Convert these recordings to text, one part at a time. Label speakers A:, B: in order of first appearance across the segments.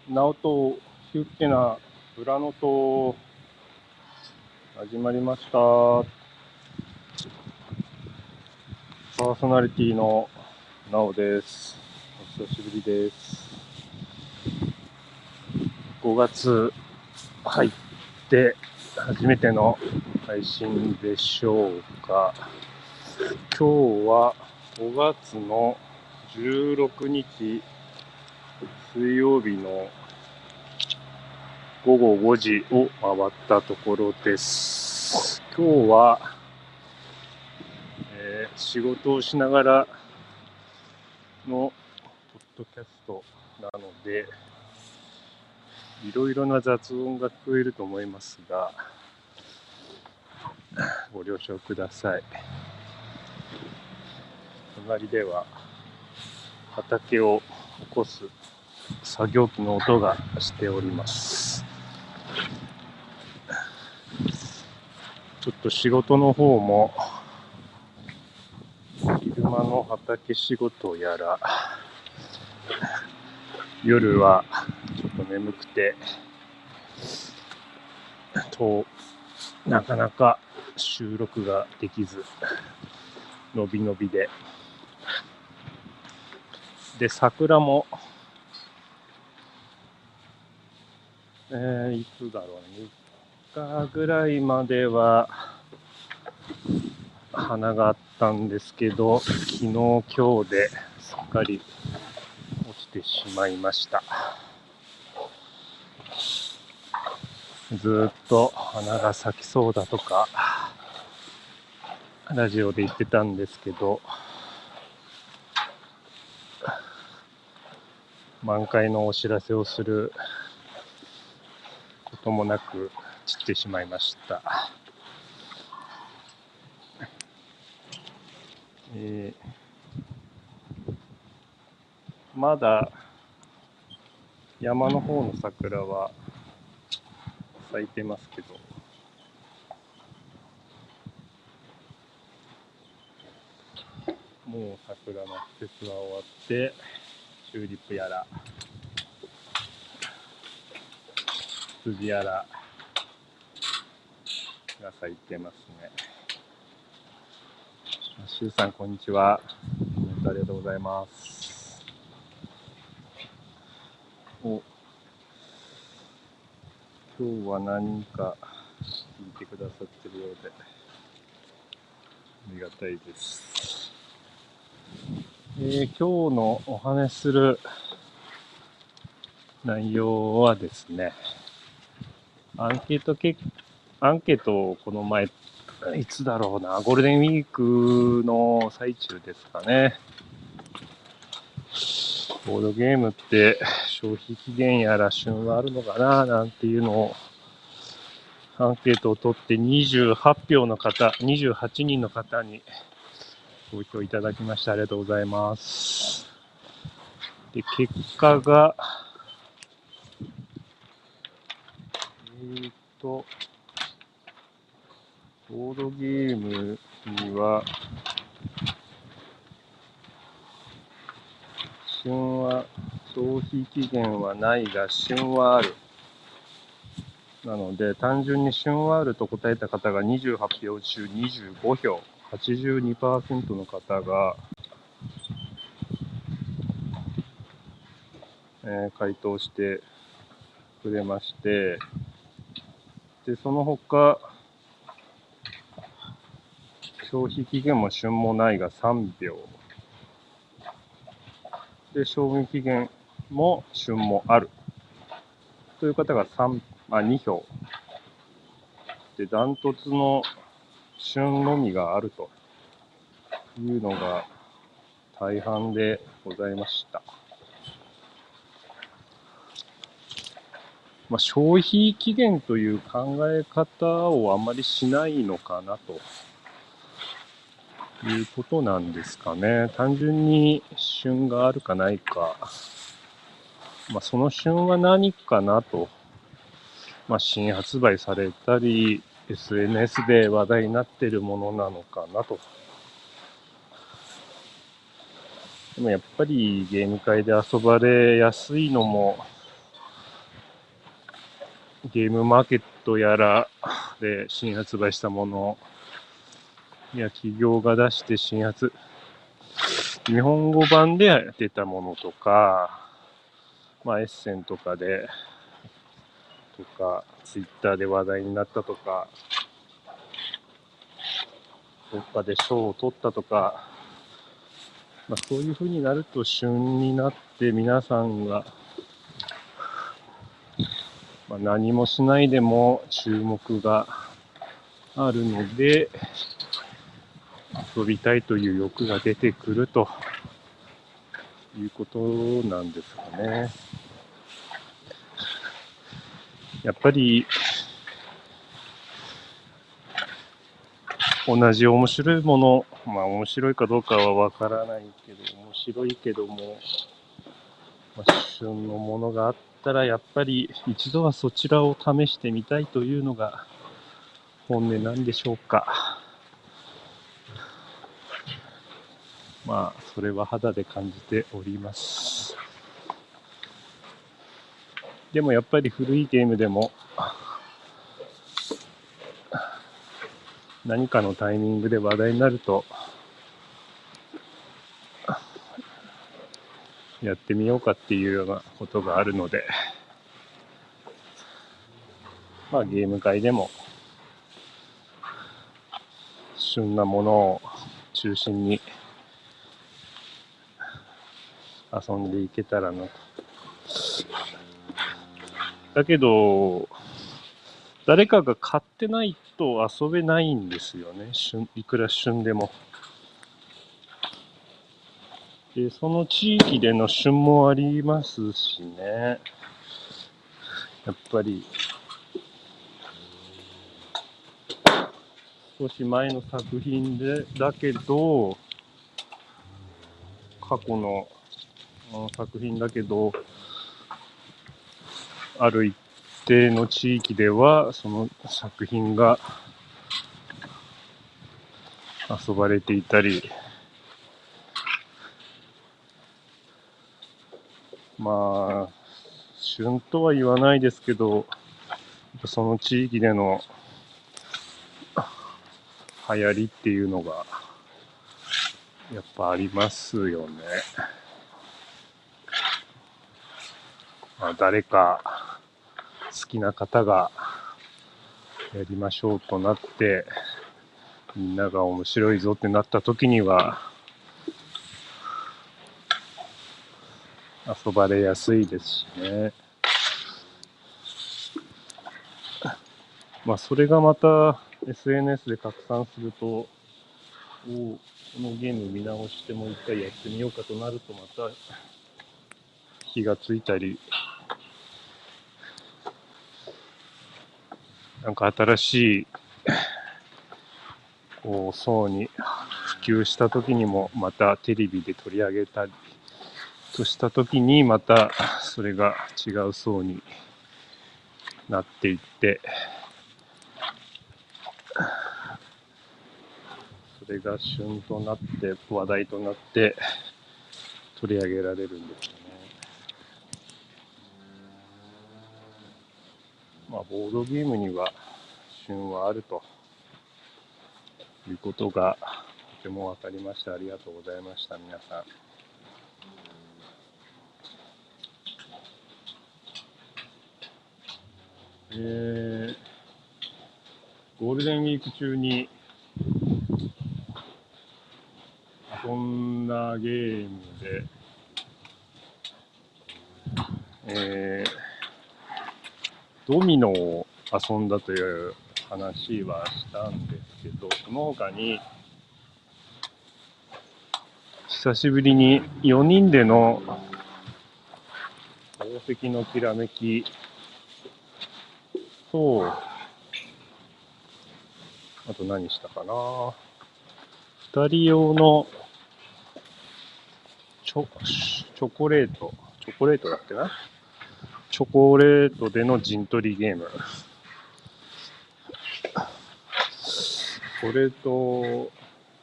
A: ナオトヒュッケナブラノト始まりました。パーソナリティのナオです。お久しぶりです。5月入って初めての配信でしょうか。今日は5月の16日水曜日の午後5時を回ったところです。今日は、仕事をしながらのポッドキャストなので、いろいろな雑音が聞こえると思いますが、ご了承ください。隣では畑を起こす作業機の音がしております。ちょっと仕事の方も昼間の畑仕事やら、夜はちょっと眠くてなかなか収録ができず、のびのびで、桜も、いつだろう、3日ぐらいまでは花があったんですけど、昨日今日ですっかり落ちてしまいました。ずっと花が咲きそうだとかラジオで言ってたんですけど、満開のお知らせをすることもなく散ってしまいました。まだ山の方の桜は咲いてますけど、もう桜の季節は終わって、チューリップやらツツジやらが咲いてますね。シュウさんこんにちは。コメントありがとうございます。今日は何人か聞いてくださってるようでありがたいです。今日のお話しする内容はですね、アンケートをこの前、いつだろうな、ゴールデンウィークの最中ですかね。ボードゲームって消費期限やら旬はあるのかななんていうのをアンケートを取って28人の方に投票いただきましてありがとうございます。で、結果が、ボードゲームには、旬は、消費期限はないが、旬はある。なので、単純に旬はあると答えた方が28票中25票、82% の方が、回答してくれまして、で、その他、消費期限も旬もないが3票。で、賞味期限も旬もある。という方が2票。で、ダントツの旬のみがあるというのが大半でございました。消費期限という考え方をあんまりしないのかなということなんですかね。単純に旬があるかないか、その旬は何かなと、新発売されたり SNS で話題になっているものなのかなと。でもやっぱりゲーム界で遊ばれやすいのもゲームマーケットやらで新発売したものや企業が出して新発、日本語版で出たものとか、まあエッセンとかで、とか、ツイッターで話題になったとか、どっかで賞を取ったとか、まあ、そういう風になると旬になって皆さんが、まあ、何もしないでも注目があるので遊びたいという欲が出てくるということなんですかね。やっぱり同じ面白いもの、まあ面白いかどうかはわからないけど、面白いけども、まあ、旬のものがあったらやっぱり一度はそちらを試してみたいというのが本音なんでしょうか。まあそれは肌で感じております。でもやっぱり古いゲームでも何かのタイミングで話題になるとやってみようかっていうようなことがあるので、まあゲーム界でも旬なものを中心に遊んでいけたらなと。だけど誰かが買ってないと遊べないんですよね。いくら旬でも。で、その地域での旬もありますしね。やっぱり少し前の作品でだけど過去の作品だけどある一定の地域ではその作品が遊ばれていたり、まあ旬とは言わないですけど、その地域での流行りっていうのがやっぱありますよね。まあ、誰か好きな方がやりましょうとなってみんなが面白いぞってなった時には遊ばれやすいですしね。まあそれがまた SNS で拡散すると、このゲーム見直してもう一回やってみようかとなるとまた火がついたり、なんか新しいこう層に普及した時にもまたテレビで取り上げたりとした時にまたそれが違う層になっていって、それが旬となって話題となって取り上げられるんですよね。まあボードゲームには旬はあるということがとても分かりました。ありがとうございました、皆さん。ゴールデンウィーク中に遊んだゲームで、ドミノを遊んだという話はしたんですけど、その他に久しぶりに4人での宝石のきらめきと、あと何したかな。2人用のチョコレートだっけな、チョコレートでの陣取りゲーム。それと、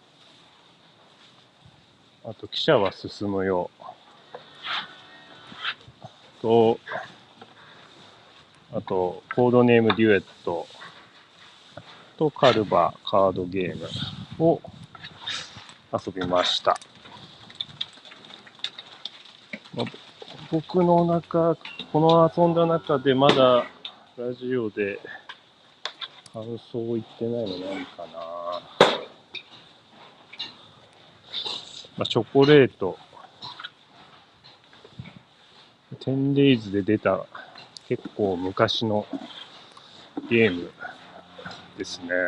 A: あと、汽車は進むよと、 あと、コードネームデュエットとカルバカードゲームを遊びました。僕の中、この遊んだ中でまだラジオで感想言ってないの何かな。チョコレート、10days で出た結構昔のゲームですね。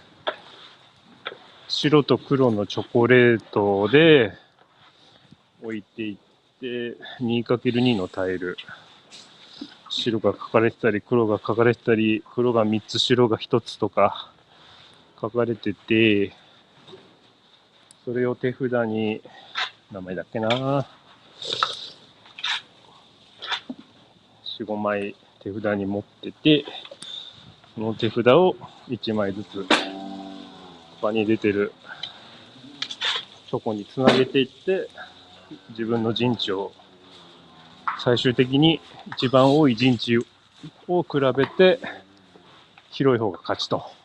A: 白と黒のチョコレートで置いていって 2×2 のタイル、白が書かれてたり黒が書かれてたり、黒が3つ白が1つとか書かれてて、それを手札に、名前だっけな、4、5枚手札に持ってて、その手札を1枚ずつ他に出てるチョコにつなげていって、自分の陣地を最終的に一番多い陣地を比べて広い方が勝ちと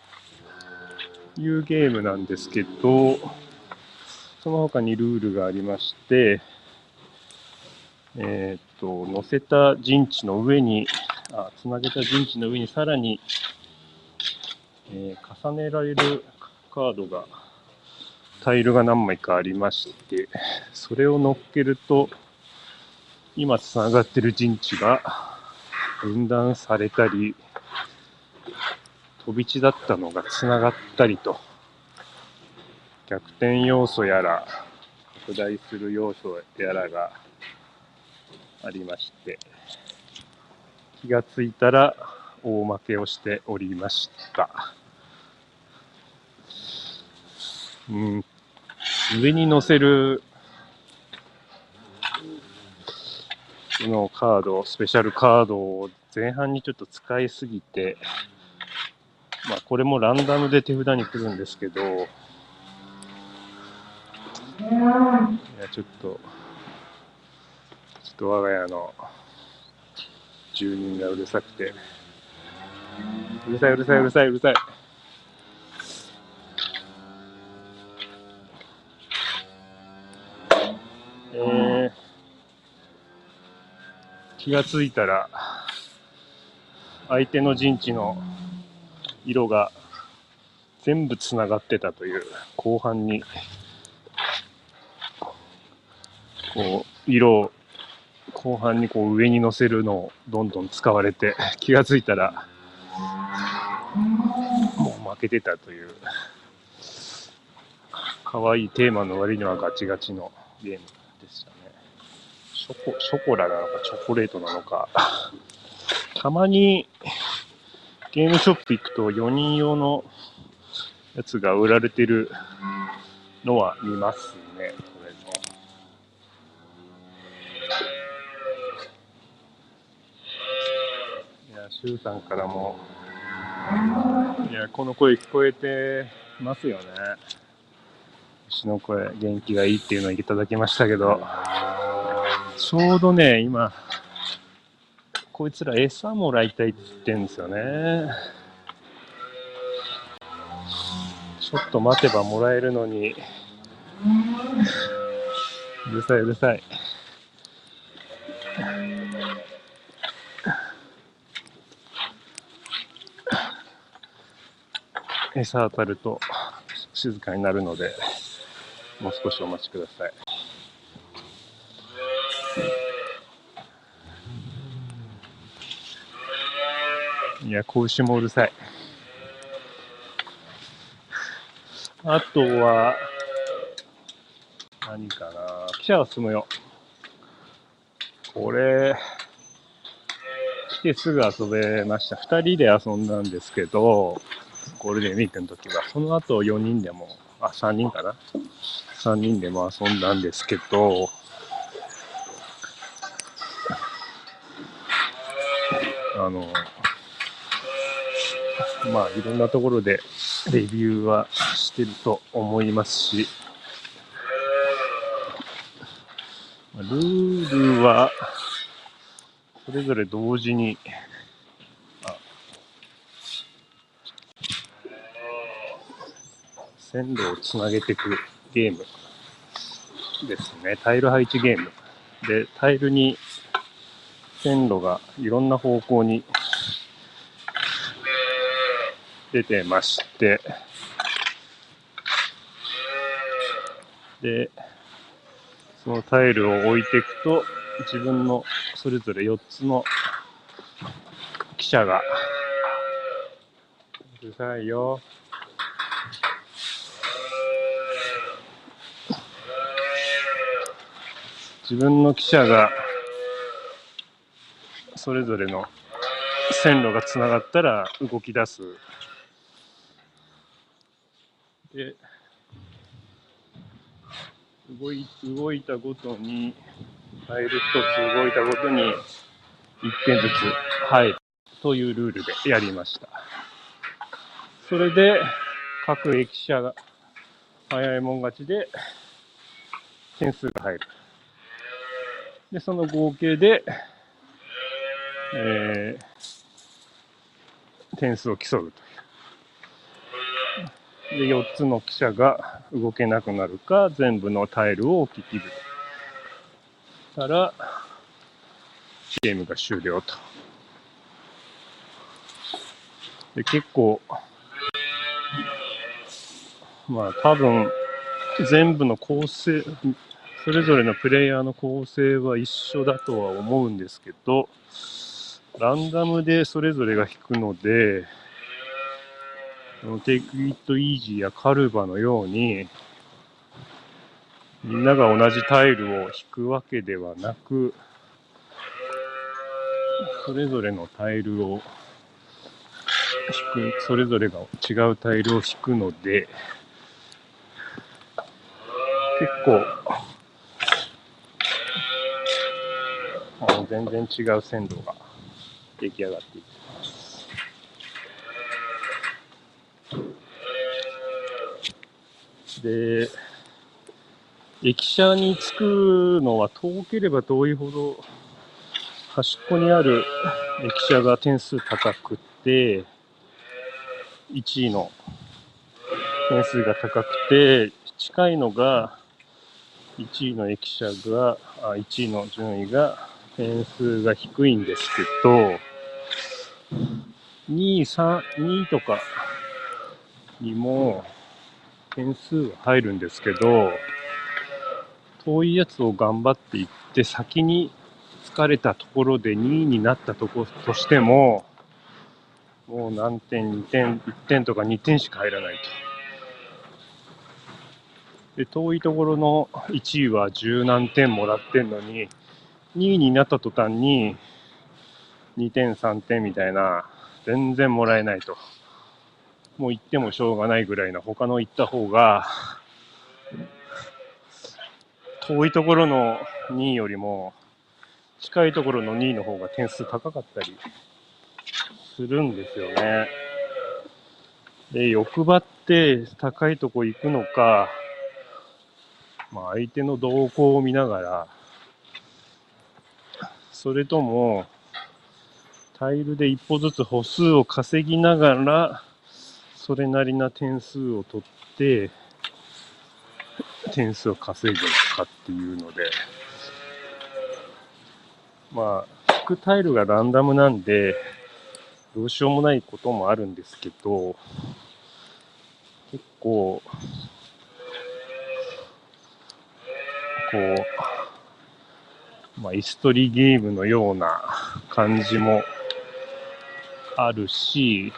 A: いうゲームなんですけど、その他にルールがありまして、乗せた陣地の上に、つなげた陣地の上にさらに、重ねられるカードが、タイルが何枚かありまして、それを乗っけると、今つながってる陣地が分断されたり、飛び地だったのがつながったりと、逆転要素やら、拡大する要素やらがありまして、気がついたら大負けをしておりました。上に乗せるのカード、スペシャルカードを前半にちょっと使いすぎて、これもランダムで手札に来るんですけど、いやちょっと我が家の住人がうるさくて、うるさい。気がついたら相手の陣地の色が全部つながってたという、後半にこう色を後半にこう上に乗せるのをどんどん使われて、気がついたらもう負けてたという、可愛いテーマの割にはガチガチのゲームでしたね。ショコラなのかチョコレートなのか、たまにゲームショップ行くと4人用のやつが売られてるのは見ますね。これのいや、シュウさんからも、いや、この声聞こえてますよね。牛の声、元気がいいっていうのをいただきましたけど、ちょうどね、今、こいつら餌もらいたいって言ってんですよね。ちょっと待てばもらえるのに、うるさい。餌当たると静かになるので、もう少しお待ちください。いや、子牛もうるさい。あとは、何かな、記者は進むよ。これ、来てすぐ遊べました。2人で遊んだんですけど、ゴールデンウィークの時は。その後4人でも、3人かな ?3 人でも遊んだんですけど、いろんなところでレビューはしてると思いますし、ルールはそれぞれ同時に線路をつなげていくゲームですね。タイル配置ゲーム。で、タイルに線路がいろんな方向に出てまして、で、そのタイルを置いていくと、自分のそれぞれ4つの汽車が、うるさいよ。自分の汽車が、それぞれの線路がつながったら動き出す。で、動いたごとに、タイル一つ動いたごとに1点ずつ入るというルールでやりました。それで各駅舎が早いもん勝ちで点数が入る。で、その合計で、点数を競うという。で、4つの汽車が動けなくなるか、全部のタイルを置き切る。たら、ゲームが終了と。で、結構、まあ多分、全部の構成、それぞれのプレイヤーの構成は一緒だとは思うんですけど、ランダムでそれぞれが引くので、テイクイットイージーやカルバのように、みんなが同じタイルを引くわけではなく、それぞれのタイルを引く、それぞれが違うタイルを引くので、結構、全然違う線路が出来上がっています。で、駅舎に着くのは遠ければ遠いほど、端っこにある駅舎が点数高くて、1位の点数が高くて、近いのが、1位の駅舎が、1位の順位が、点数が低いんですけど、2位とかにも点数が入るんですけど、遠いやつを頑張っていって先に疲れたところで2位になったとしても、もう何点、2点、1点とか2点しか入らないと。で、遠いところの1位は10何点もらってんのに、2位になった途端に2点、3点みたいな、全然もらえないと。もう行ってもしょうがないぐらいの他の行った方が、遠いところの2位よりも、近いところの2位の方が点数高かったりするんですよね。で、欲張って高いとこ行くのか、まあ相手の動向を見ながら、それとも、タイルで一歩ずつ歩数を稼ぎながら、それなりな点数を取って、点数を稼ぐのかっていうので、まあ、引くタイルがランダムなんで、どうしようもないこともあるんですけど、結構、まあ、椅子取りゲームのような感じもあるし、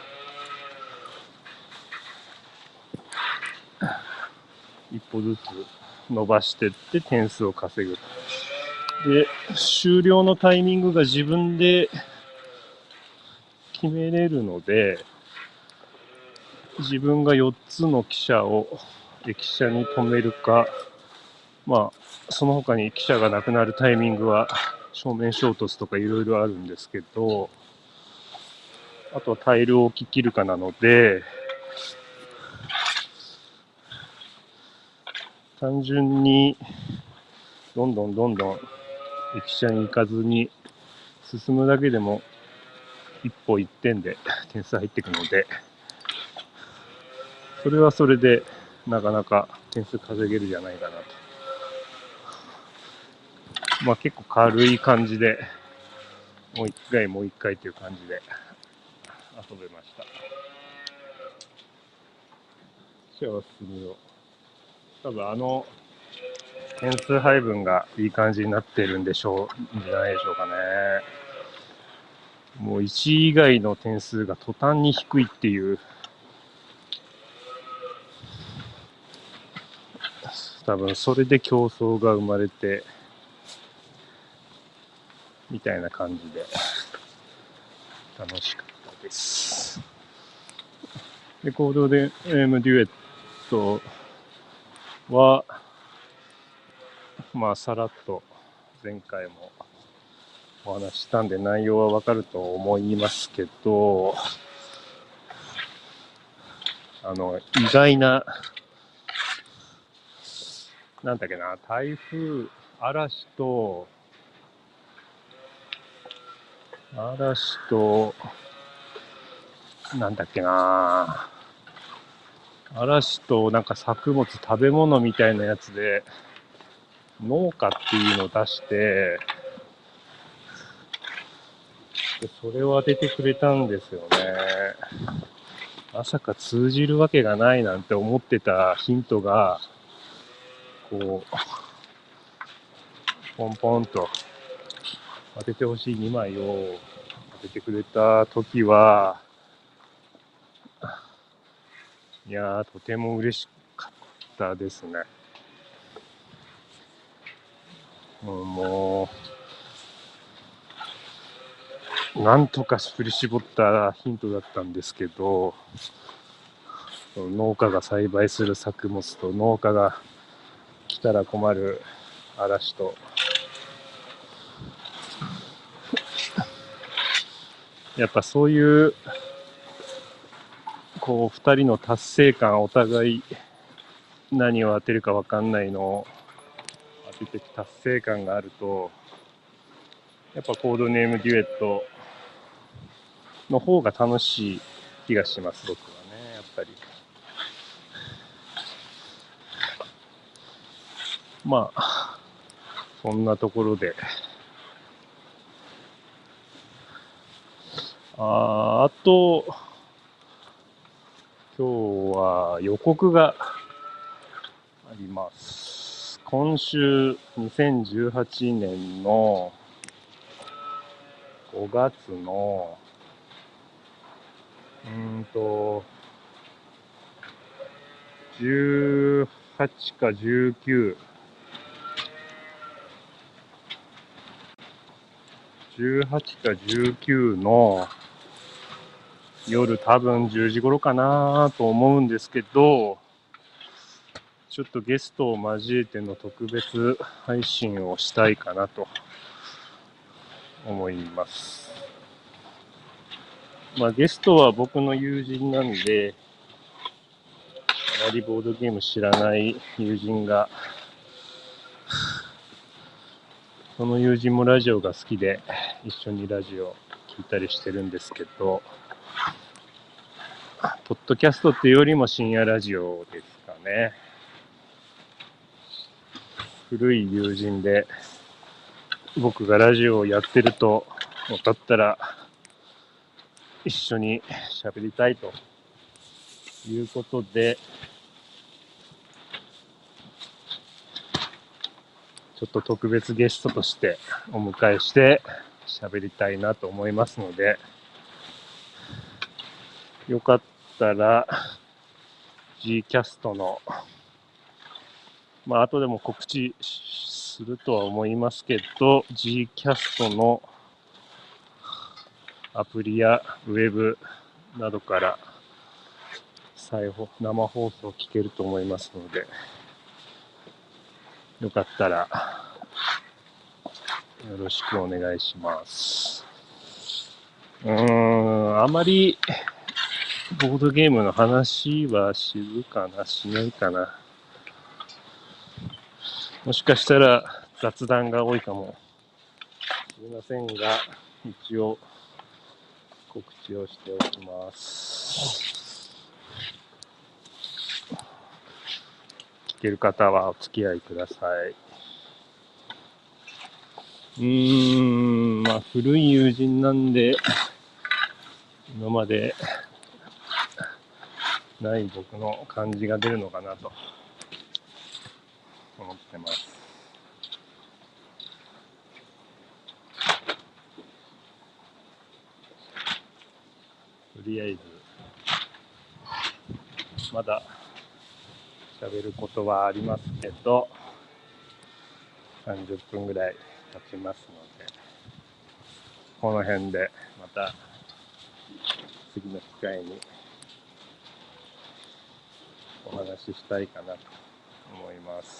A: 一歩ずつ伸ばしてって点数を稼ぐ。で、終了のタイミングが自分で決めれるので、自分が4つの汽車を駅舎に止めるか、まあ、その他に汽車がなくなるタイミングは正面衝突とかいろいろあるんですけど、あとはタイルを置き切るかなので、単純にどんどん駅舎に行かずに進むだけでも一歩1点で点数入っていくので、それはそれでなかなか点数稼げるじゃないかなと。結構軽い感じで、もう一回という感じで遊べました。じゃあ進むよ。多分点数配分がいい感じになってるんじゃないでしょうかね。もう1以外の点数が途端に低いっていう、多分それで競争が生まれてみたいな感じで楽しかったです。で、コードでデュエットはさらっと前回もお話ししたんで内容はわかると思いますけど、意外な、なんだっけな、台風、嵐と、なんだっけな、嵐となんか作物、食べ物みたいなやつで、農家っていうのを出して、でそれを当ててくれたんですよね。まさか通じるわけがないなんて思ってたヒントが、こう、ポンポンと当ててほしい2枚を当ててくれたときは、いやー、とても嬉しかったですね。もう、なんとか振り絞ったヒントだったんですけど、農家が栽培する作物と農家が来たら困る嵐と、やっぱそういうこう2人の達成感、お互い何を当てるか分かんないのを当てて達成感があると、やっぱコードネームデュエットの方が楽しい気がします、僕はね、やっぱり。そんなところで、あと、今日は予告があります。今週2018年の5月の18か19、18か19の夜多分10時頃かなと思うんですけど、ちょっとゲストを交えての特別配信をしたいかなと思います。ゲストは僕の友人なんで、あまりボードゲーム知らない友人が、その友人もラジオが好きで一緒にラジオ聞いたりしてるんですけど、ポッドキャストっていうよりも深夜ラジオですかね。古い友人で、僕がラジオをやってると分かったら一緒に喋りたいということで、ちょっと特別ゲストとしてお迎えして喋りたいなと思いますので、よかったら G キャストの後でも告知するとは思いますけど、G キャストのアプリやウェブなどから生放送聞けると思いますので、よかったらよろしくお願いします。あまりボードゲームの話はしないかな。もしかしたら雑談が多いかもしれませんが、一応告知をしておきます。 ける方はお付き合いください。まあ古い友人なんで、今までない僕の感じが出るのかなと思ってます。とりあえずまだ喋ることはありますけど、30分ぐらい経ちますので、この辺でまた次の機会にお話ししたいかなと思います。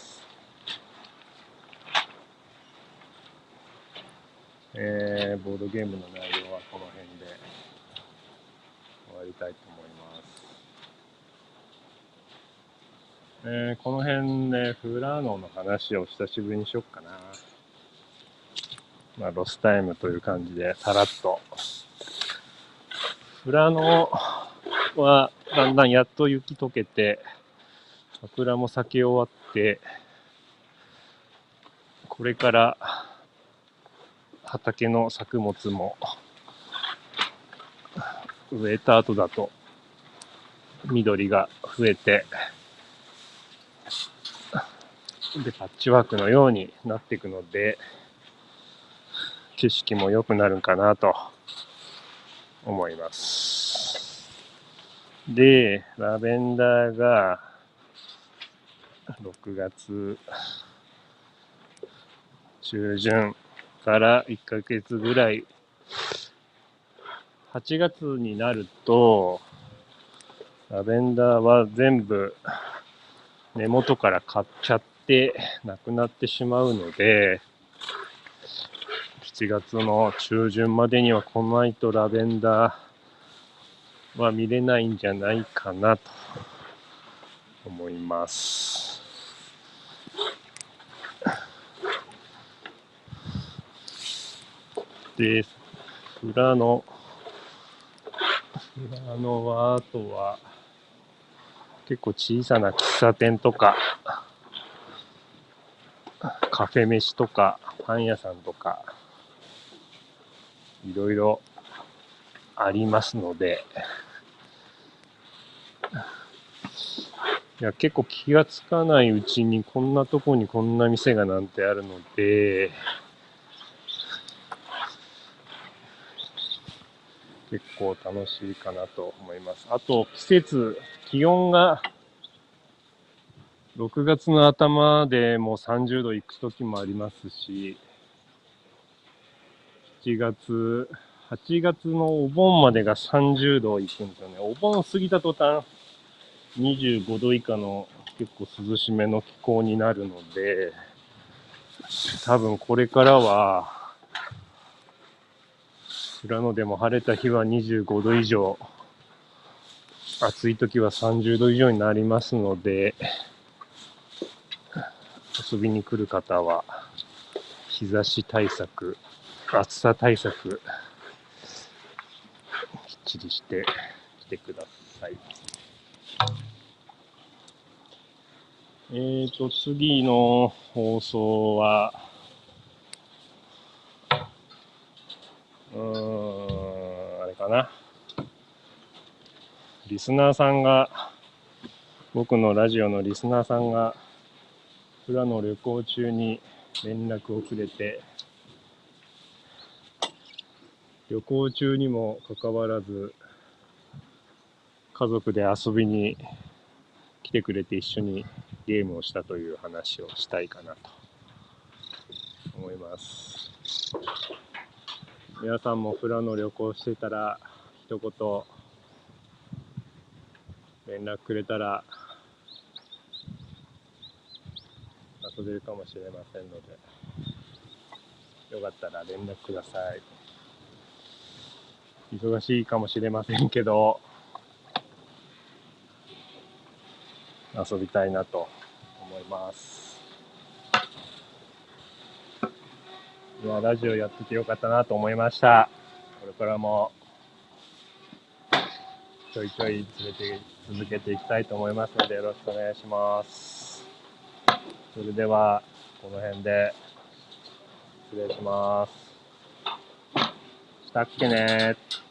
A: ボードゲームの内容はこの辺で終わりたいと思います。この辺でフラノの話を久しぶりにしよっかな。まあロスタイムという感じでさらっと。フラノはだんだんやっと雪解けて、桜も咲き終わって、これから畑の作物も植えた後だと緑が増えて、でパッチワークのようになっていくので、景色も良くなるかなと思います。で、ラベンダーが6月中旬から1ヶ月ぐらい、8月になるとラベンダーは全部根元から刈っちゃってなくなってしまうので、7月の中旬までには来ないとラベンダーは見れないんじゃないかなと思います。で、フラノはあとは結構小さな喫茶店とかカフェ飯とかパン屋さんとかいろいろありますので、いや結構気がつかないうちにこんなとこにこんな店がなんてあるので、結構楽しいかなと思います。あと季節、気温が6月の頭でもう30度いく時もありますし、7月、8月のお盆までが30度いくんですよね。お盆過ぎた途端25度以下の結構涼しめの気候になるので、多分これからは富良野でも晴れた日は25度以上、暑い時は30度以上になりますので、遊びに来る方は日差し対策、暑さ対策きっちりして来てください。次の放送はあれかな、リスナーさんが、僕のラジオのリスナーさんが富良野旅行中に連絡をくれて、旅行中にもかかわらず家族で遊びに来てくれて一緒にゲームをしたという話をしたいかなと思います。皆さんも富良野旅行してたら一言連絡くれたら遊べるかもしれませんので、よかったら連絡ください。忙しいかもしれませんけど、遊びたいなと思います。いや、ラジオやっててよかったなと思いました。これからもちょいちょい続けていきたいと思いますので、よろしくお願いします。 それでは、この辺で失礼します。したっけねー。